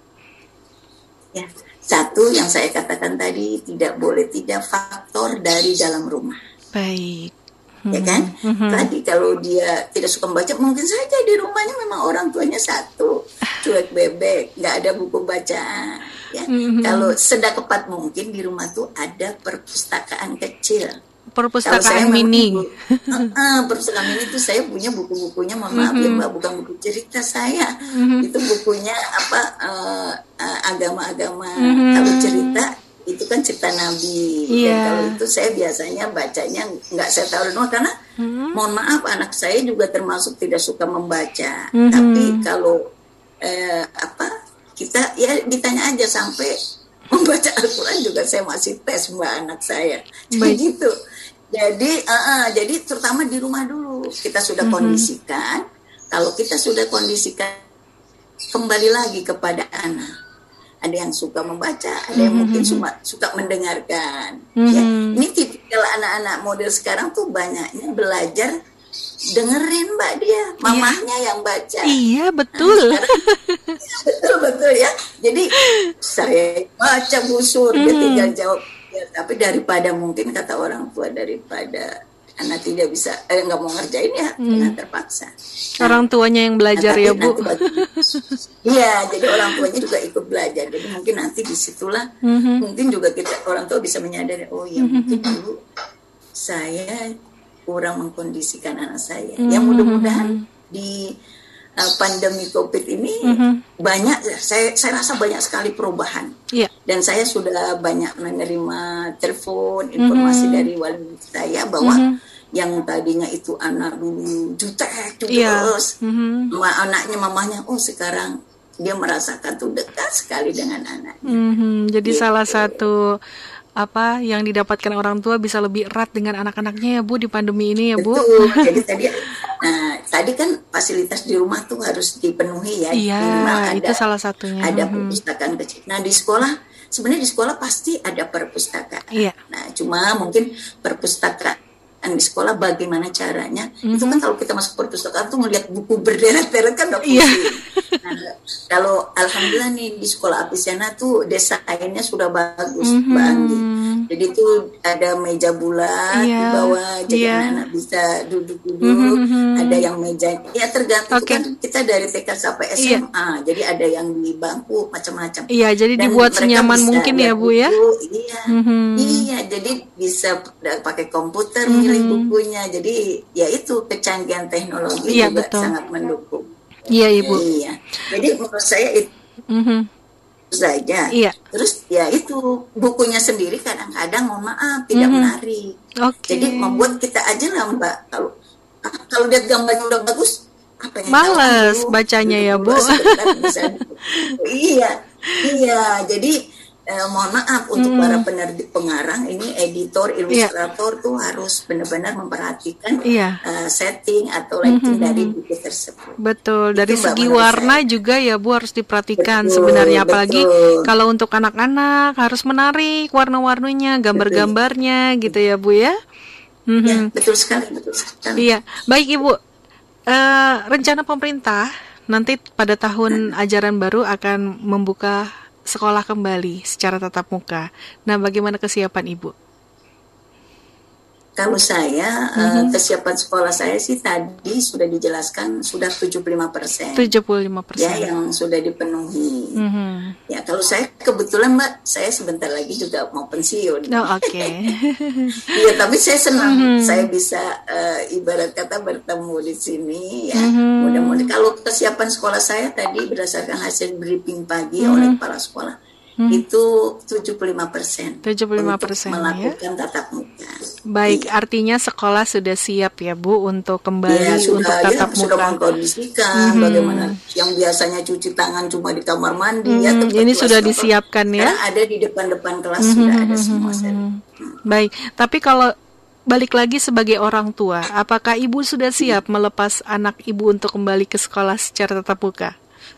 Ya, satu yang saya katakan tadi tidak boleh tidak faktor dari dalam rumah. Baik. Ya kan? Mm-hmm. Tadi kalau dia tidak suka membaca, mungkin saja di rumahnya memang orang tuanya satu, cuek bebek, nggak ada buku bacaan. Ya, mm-hmm. kalau sedapat mungkin di rumah tuh ada perpustakaan kecil. Perpustakaan mini. Buku, uh, uh, perpustakaan mini itu saya punya buku-bukunya, mohon maaf mm-hmm. ya Mbak, bukan buku cerita saya. Mm-hmm. Itu bukunya apa uh, uh, agama-agama. Mm-hmm. Kalau cerita itu kan cerita Nabi. Yeah. Dan kalau itu saya biasanya bacanya nggak saya taruh rumah karena mm-hmm. mohon maaf anak saya juga termasuk tidak suka membaca. Mm-hmm. Tapi kalau eh, apa kita ya ditanya aja sampai membaca Al-Quran juga saya masih tes Mbak anak saya. Jadi gitu. Jadi uh, uh, jadi terutama di rumah dulu kita sudah mm-hmm. kondisikan. Kalau kita sudah kondisikan kembali lagi kepada anak. Ada yang suka membaca, ada yang mm-hmm. mungkin cuma suka mendengarkan. Mm-hmm. Ya, ini tipikal anak-anak model sekarang tuh banyaknya belajar dengerin Mbak dia, mamahnya yeah. yang baca. Iya betul. Nah, sekarang, betul betul ya. Jadi saya baca busur, mm-hmm. dia tinggal jawab. Ya, tapi daripada mungkin kata orang tua daripada anak tidak bisa, eh nggak mau ngerjain ya, mm. karena terpaksa. Nah, orang tuanya yang belajar nah, ya Bu. Iya, jadi orang tuanya juga ikut belajar. Jadi mungkin nanti disitulah, mm-hmm. mungkin juga kita orang tua bisa menyadari, oh ya mm-hmm. mungkin dulu saya kurang mengkondisikan anak saya. Mm-hmm. Yang mudah-mudahan di uh, pandemi COVID ini Mhm. banyak, saya saya rasa banyak sekali perubahan. Iya. Dan saya sudah banyak menerima telepon informasi Mhm. dari wali saya bahwa Mhm. yang tadinya itu anak dulu jutek Iya. terus, Mhm. ma- anaknya mamahnya, oh sekarang dia merasakan tuh dekat sekali dengan anaknya. Mhm. Jadi Gitu. salah satu apa yang didapatkan orang tua bisa lebih erat dengan anak-anaknya ya Bu di pandemi ini ya Bu. Betul. Jadi tadi, nah tadi kan fasilitas di rumah tuh harus dipenuhi ya. Iya, Minimal itu ada salah satunya. ada Mhm. perpustakaan kecil. Nah di sekolah sebenarnya di sekolah pasti ada perpustakaan. Iya. Nah cuma mungkin perpustakaan di sekolah bagaimana caranya? Itu kan Mhm. kalau kita masuk perpustakaan tuh ngelihat buku berderet-deret kan udah Iya. pusing. Nah, kalau alhamdulillah nih di sekolah Apisiana tuh desainnya sudah bagus, Mbak Anggi. Mhm. Jadi itu ada meja bulat di Iya. bawah, jadi Iya. anak-anak bisa duduk-duduk. Mhm. Mhm. Ada yang meja, ya tergantung. Itu Oke. kan kita dari T K sampai Iya. S M A, jadi ada yang di bangku macam-macam. Iya, jadi Dan dibuat mereka senyaman bisa mungkin ya lihat Bu ya. buku, iya, Mhm. iya. Jadi bisa p- pakai komputer Mhm. milih bukunya. Jadi ya itu kecanggihan teknologi Iya, juga betul. sangat mendukung. Iya Ibu. Iya. Jadi menurut saya itu Mhm. saja. Iya. Terus ya itu bukunya sendiri kadang-kadang mohon maaf tidak Mhm. menarik. Oke. Jadi membuat kita aja lah Mbak, kalau kalau lihat gambarnya udah bagus, apa yang Males tahu bacanya ya Bu. sebentar bisa. Iya, iya. Jadi eh, mohon maaf untuk Mhm. para penerbit pengarang ini, editor, Iya. ilustrator tuh harus benar-benar memperhatikan Iya. eh, setting atau lighting Mhm. dari buku tersebut. Betul, Itu dari Mbak segi menurut warna saya. juga ya Bu harus diperhatikan Betul, sebenarnya, apalagi betul. kalau untuk anak-anak harus menarik warna-warnanya, gambar-gambarnya gitu ya Bu ya. Ya, Mhm. betul sekali, betul sekali. Iya, baik Ibu. Eh, rencana pemerintah nanti pada tahun ajaran baru akan membuka sekolah kembali secara tatap muka. Nah, bagaimana kesiapan Ibu? Kalau saya, eh, kesiapan sekolah saya sih tadi sudah dijelaskan sudah tujuh puluh lima persen tujuh puluh lima ya persen. yang sudah dipenuhi. Mhm. Ya kalau saya kebetulan Mbak, saya sebentar lagi juga mau pensiun. Oh, oke. Iya, tapi saya senang Mhm. saya bisa eh, ibarat kata bertemu di sini ya. Mhm. Mudah-mudahan kalau kesiapan sekolah saya tadi berdasarkan hasil briefing pagi Mhm. oleh kepala sekolah Mhm. itu tujuh puluh lima persen tujuh puluh lima untuk persen ya. melakukan tatap muka. Baik, Iya. artinya sekolah sudah siap ya Bu untuk kembali Ya untuk sudah, ya tatap sudah muka. mengkondisikan Mhm. bagaimana yang biasanya cuci tangan cuma di kamar mandi ya Mhm, tempat ini kelas sudah nongkrong. disiapkan ya. Sekarang ada di depan-depan kelas Mhm, sudah ada mhm, semua. mhm, Saya. mhm. Baik, tapi kalau balik lagi sebagai orang tua, apakah Ibu sudah siap melepas anak Ibu untuk kembali ke sekolah secara tatap muka?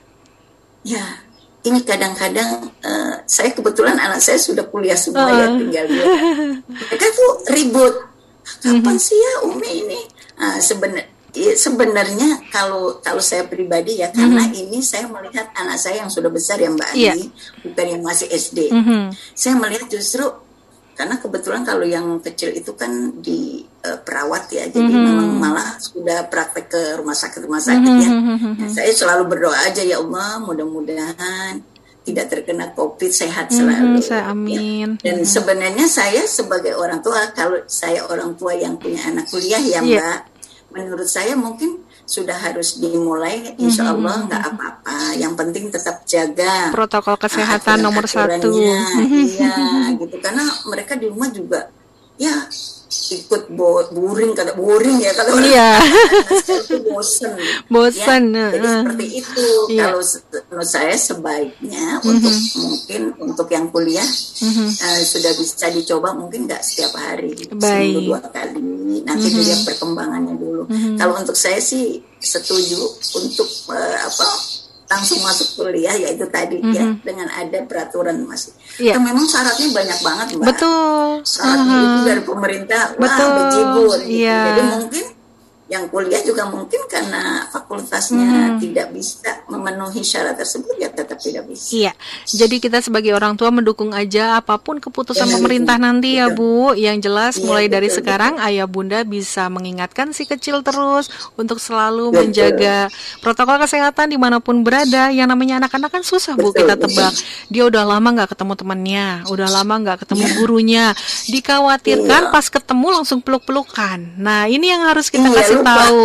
Ya, ini kadang-kadang eh, saya kebetulan anak saya sudah kuliah semua ya, Uh. tinggal dia. Mereka tuh ribut. Kapan sih ya Umi ini? Nah, sebenar- ya, sebenarnya kalau kalau saya pribadi ya, karena ini saya melihat anak saya yang sudah besar ya Mbak Iya. Ani, bukan yang masih S D. Mhm. Saya melihat justru karena kebetulan kalau yang kecil itu kan di eh, perawat ya, jadi Mhm. memang malah sudah praktek ke rumah sakit rumah sakit ya. Mhm. Nah, saya selalu berdoa aja ya Allah, mudah-mudahan tidak terkena COVID, sehat selalu. Mhm, saya ya. amin. Dan Mhm. sebenarnya saya sebagai orang tua, kalau saya orang tua yang punya anak kuliah ya Iya. Mbak, menurut saya mungkin sudah harus dimulai, insya Allah nggak apa-apa. Yang penting tetap jaga Protokol kesehatan aturan- nomor satu. aturannya. Iya, gitu. Karena mereka di rumah juga, ya ikut bo- boring, kata boring ya kalau orang Iya. itu bosen. Bosen, Ya, jadi heeh. seperti itu. Iya. Kalau se- menurut saya sebaiknya untuk mungkin untuk yang kuliah Mhm. eh, sudah bisa dicoba mungkin nggak setiap hari, Baik. seminggu dua kali. Nanti Mhm. dilihat perkembangannya dulu. Mhm. Kalau untuk saya sih setuju untuk eh, apa langsung masuk kuliah, yaitu tadi ya Mhm. dengan ada peraturan masih. Iya. Dan memang syaratnya banyak banget Mbak. Betul. Syaratnya Aha. itu dari pemerintah, wah Betul. bejibun gitu. Iya. Jadi mungkin yang kuliah juga mungkin karena fakultasnya Mhm. tidak bisa memenuhi syarat tersebut ya tetap tidak bisa. Iya, jadi kita sebagai orang tua mendukung aja apapun keputusan Ya, pemerintah betul. nanti ya Bu. Betul. Yang jelas Iya, mulai dari betul, sekarang ayah bunda bisa mengingatkan si kecil terus untuk selalu Betul. menjaga protokol kesehatan dimanapun berada. Yang namanya anak-anak kan susah Bu Betul, kita betul. tebak. Dia udah lama nggak ketemu temannya, udah lama nggak ketemu Iya. gurunya. Dikhawatirkan Iya. pas ketemu langsung peluk-pelukan. Nah ini yang harus kita Iya, kasih tahu.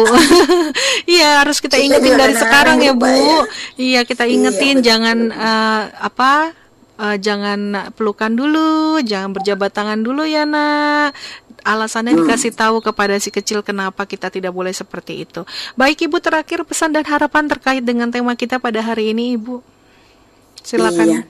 Iya, harus kita, kita ingetin dari sekarang ya, Bu. Ya. Iya, kita ingetin, iya, jangan uh, apa? Uh, jangan pelukan dulu, jangan berjabat tangan dulu ya, Nak. Alasannya hmm. dikasih tahu kepada si kecil kenapa kita tidak boleh seperti itu. Baik, Ibu, terakhir pesan dan harapan terkait dengan tema kita pada hari ini, Ibu. Silakan. Iya.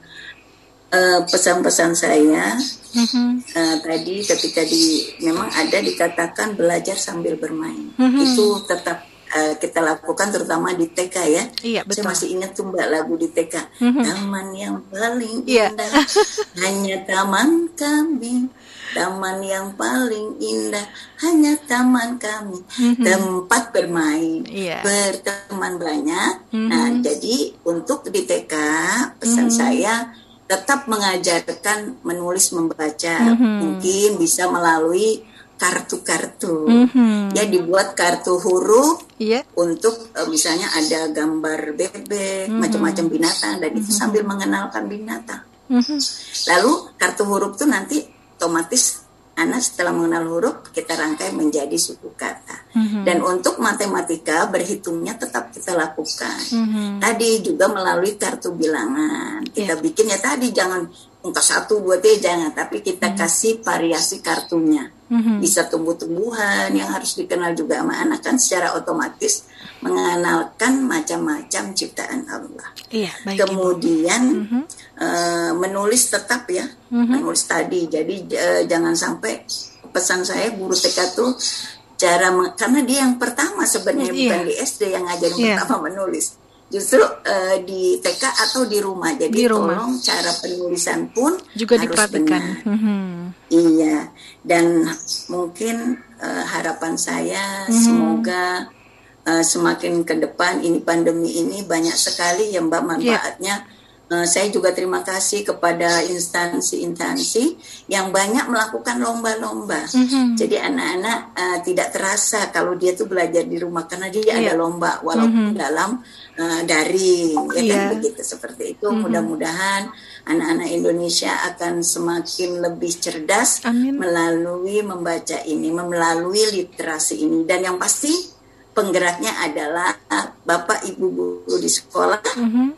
Uh, pesan-pesan saya uh-huh. uh, tadi ketika di memang ada dikatakan belajar sambil bermain, uh-huh. itu tetap uh, kita lakukan terutama di T K ya. Iya, betul. Saya masih ingat tuh Mbak lagu di T K. Uh-huh. Taman yang paling indah yeah. hanya taman kami. Taman yang paling indah hanya taman kami. Mm-hmm. Tempat bermain, yeah. berteman banyak. Mm-hmm. Nah, jadi untuk di T K pesan mm-hmm. saya tetap mengajarkan menulis membaca. Mm-hmm. Mungkin bisa melalui kartu-kartu. Mm-hmm. Ya, dibuat kartu huruf yeah. untuk uh, misalnya ada gambar bebek, mm-hmm. macam-macam binatang, dan mm-hmm. itu sambil mengenalkan binatang. Mm-hmm. Lalu kartu huruf itu nanti otomatis anak setelah mengenal huruf kita rangkai menjadi suku kata. Mm-hmm. Dan untuk matematika berhitungnya tetap kita lakukan. Mm-hmm. Tadi juga melalui kartu bilangan. Kita yeah. bikin ya tadi jangan angka satu dua tiga jangan, tapi kita mm-hmm. kasih variasi kartunya. Mm-hmm. Bisa tumbuh-tumbuhan yang harus dikenal juga sama anak, kan secara otomatis mengenalkan macam-macam ciptaan Allah. Iya, baik, kemudian mm-hmm. uh, menulis tetap ya, mm-hmm. menulis tadi. Jadi uh, jangan sampai pesan saya guru T K tuh cara me- karena dia yang pertama sebenarnya yeah. bukan di S D yang ngajarin yeah. pertama menulis. Justru uh, di T K atau di rumah. Jadi di rumah. Tolong cara penulisan pun juga harus diperhatikan. benar. Mm-hmm. Iya. Dan mungkin uh, harapan saya mm-hmm. semoga uh, semakin ke depan ini pandemi ini banyak sekali ya Mbak manfaatnya. Yeah. Uh, saya juga terima kasih kepada instansi-instansi yang banyak melakukan lomba-lomba. Mm-hmm. Jadi anak-anak uh, tidak terasa kalau dia tuh belajar di rumah karena dia yeah. ada lomba walaupun mm-hmm. dalam uh, daring, ya yeah. kan begitu seperti itu. Mm-hmm. Mudah-mudahan anak-anak Indonesia akan semakin lebih cerdas Amin. melalui membaca ini, melalui literasi ini, dan yang pasti penggeraknya adalah Bapak Ibu guru di sekolah. Mm-hmm.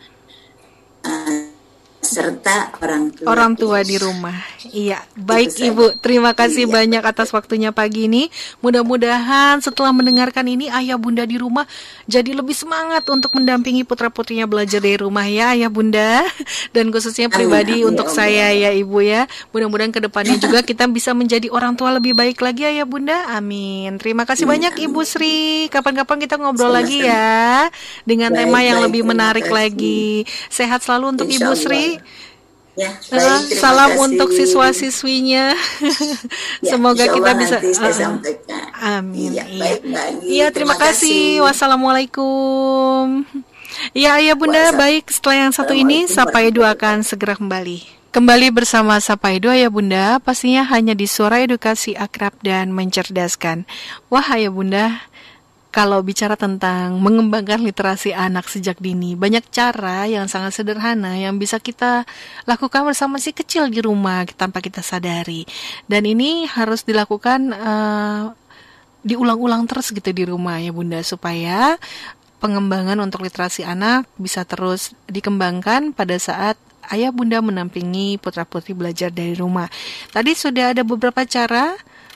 Uh, serta orang tua orang tua di rumah. Iya, baik Ibu, terima kasih iya. banyak atas waktunya pagi ini. Mudah-mudahan setelah mendengarkan ini ayah bunda di rumah jadi lebih semangat untuk mendampingi putra-putrinya belajar dari rumah ya ayah bunda. Dan khususnya pribadi amin, untuk amin, saya amin. ya Ibu ya. Mudah-mudahan kedepannya juga kita bisa menjadi orang tua lebih baik lagi ayah bunda. Amin. Terima kasih amin, banyak amin. Ibu Sri. Kapan-kapan kita ngobrol sama-sama. lagi ya dengan baik, tema yang baik, lebih menarik kasih. lagi. Sehat selalu untuk Insya Ibu Allah. Sri. Ya, baik, salam kasih. untuk siswa-siswinya. Ya, semoga kita bisa uh, amin. Ya, iya. Baik, iya, terima, terima kasih. kasih. Wassalamualaikum. Ya, ayah bunda, baik. Setelah yang satu ini, Sapa Edu akan segera kembali. Kembali bersama Sapa Edu, ayah bunda, pastinya hanya di Suara Edukasi Akrab dan Mencerdaskan. Wah, ayah bunda, kalau bicara tentang mengembangkan literasi anak sejak dini, banyak cara yang sangat sederhana yang bisa kita lakukan bersama si kecil di rumah tanpa kita sadari. Dan ini harus dilakukan uh, diulang-ulang terus gitu di rumah ya bunda, supaya pengembangan untuk literasi anak bisa terus dikembangkan pada saat ayah bunda menampingi putra-putri belajar dari rumah. Tadi sudah ada beberapa cara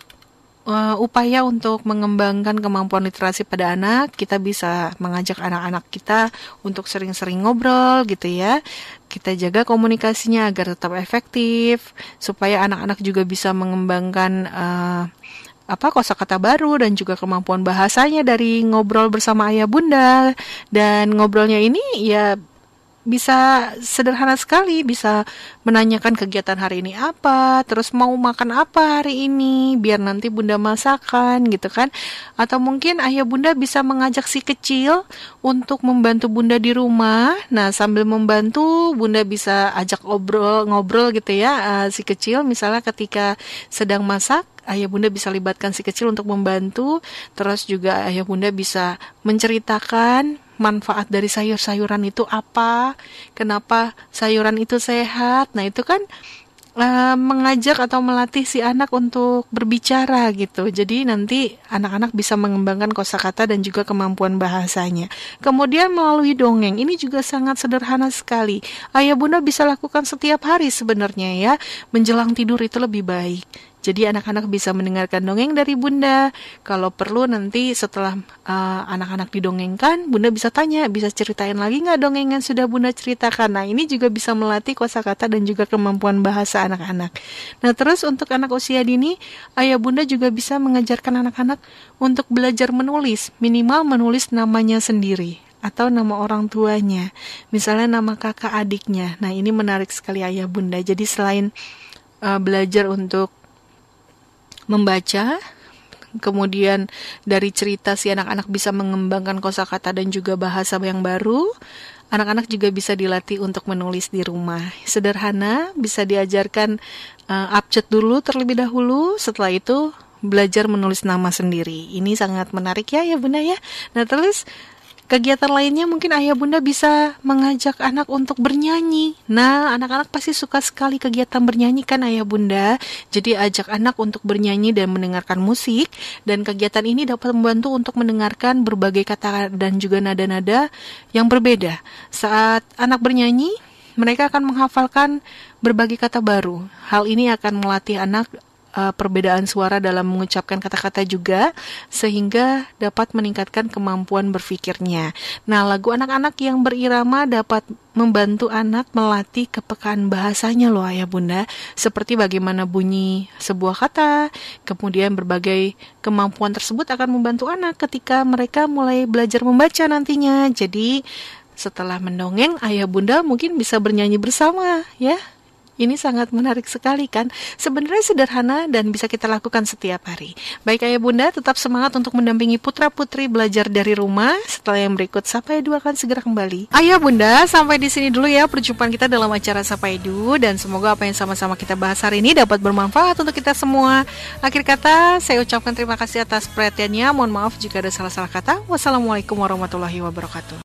Uh, upaya untuk mengembangkan kemampuan literasi pada anak. Kita bisa mengajak anak-anak kita untuk sering-sering ngobrol gitu ya. Kita jaga komunikasinya agar tetap efektif, supaya anak-anak juga bisa mengembangkan uh, apa kosakata baru dan juga kemampuan bahasanya dari ngobrol bersama ayah bunda. Dan ngobrolnya ini ya bisa sederhana sekali, bisa menanyakan kegiatan hari ini apa, terus mau makan apa hari ini, biar nanti bunda masakan gitu kan. Atau mungkin ayah bunda bisa mengajak si kecil untuk membantu bunda di rumah. Nah, sambil membantu bunda bisa ajak ngobrol ngobrol gitu ya, uh, si kecil misalnya ketika sedang masak, ayah bunda bisa libatkan si kecil untuk membantu. Terus juga ayah bunda bisa menceritakan manfaat dari sayur-sayuran itu apa, kenapa sayuran itu sehat. Nah itu kan uh, mengajak atau melatih si anak untuk berbicara gitu. Jadi nanti anak-anak bisa mengembangkan kosakata dan juga kemampuan bahasanya. Kemudian melalui dongeng, ini juga sangat sederhana sekali. Ayah bunda bisa lakukan setiap hari sebenarnya ya. Menjelang tidur itu lebih baik. Jadi anak-anak bisa mendengarkan dongeng dari bunda. Kalau perlu nanti setelah uh, anak-anak didongengkan, bunda bisa tanya, bisa ceritain lagi nggak dongeng yang sudah bunda ceritakan. Nah ini juga bisa melatih kosakata dan juga kemampuan bahasa anak-anak. Nah terus untuk anak usia dini, ayah bunda juga bisa mengajarkan anak-anak untuk belajar menulis, minimal menulis namanya sendiri atau nama orang tuanya, misalnya nama kakak adiknya. Nah ini menarik sekali ayah bunda. Jadi selain uh, belajar untuk membaca, kemudian dari cerita si anak-anak bisa mengembangkan kosakata dan juga bahasa yang baru. Anak-anak juga bisa dilatih untuk menulis di rumah. Sederhana, bisa diajarkan uh, abjad dulu terlebih dahulu, setelah itu belajar menulis nama sendiri. Ini sangat menarik ya ya bunda ya. Nah terus kegiatan lainnya mungkin ayah bunda bisa mengajak anak untuk bernyanyi. Nah, anak-anak pasti suka sekali kegiatan bernyanyi kan ayah bunda. Jadi ajak anak untuk bernyanyi dan mendengarkan musik. Dan kegiatan ini dapat membantu untuk mendengarkan berbagai kata dan juga nada-nada yang berbeda. Saat anak bernyanyi, mereka akan menghafalkan berbagai kata baru. Hal ini akan melatih anak Uh, perbedaan suara dalam mengucapkan kata-kata juga, sehingga dapat meningkatkan kemampuan berpikirnya. Nah, lagu anak-anak yang berirama dapat membantu anak melatih kepekaan bahasanya loh ayah bunda, seperti bagaimana bunyi sebuah kata. Kemudian berbagai kemampuan tersebut akan membantu anak ketika mereka mulai belajar membaca nantinya. Jadi setelah mendongeng, ayah bunda mungkin bisa bernyanyi bersama ya. Ini sangat menarik sekali kan. Sebenarnya sederhana dan bisa kita lakukan setiap hari. Baik ayah bunda, tetap semangat untuk mendampingi putra-putri belajar dari rumah. Setelah yang berikut, Sapa Edu akan segera kembali. Ayah bunda, sampai di sini dulu ya perjumpaan kita dalam acara Sapa Edu. Dan semoga apa yang sama-sama kita bahas hari ini dapat bermanfaat untuk kita semua. Akhir kata, saya ucapkan terima kasih atas perhatiannya. Mohon maaf jika ada salah-salah kata. Wassalamualaikum warahmatullahi wabarakatuh.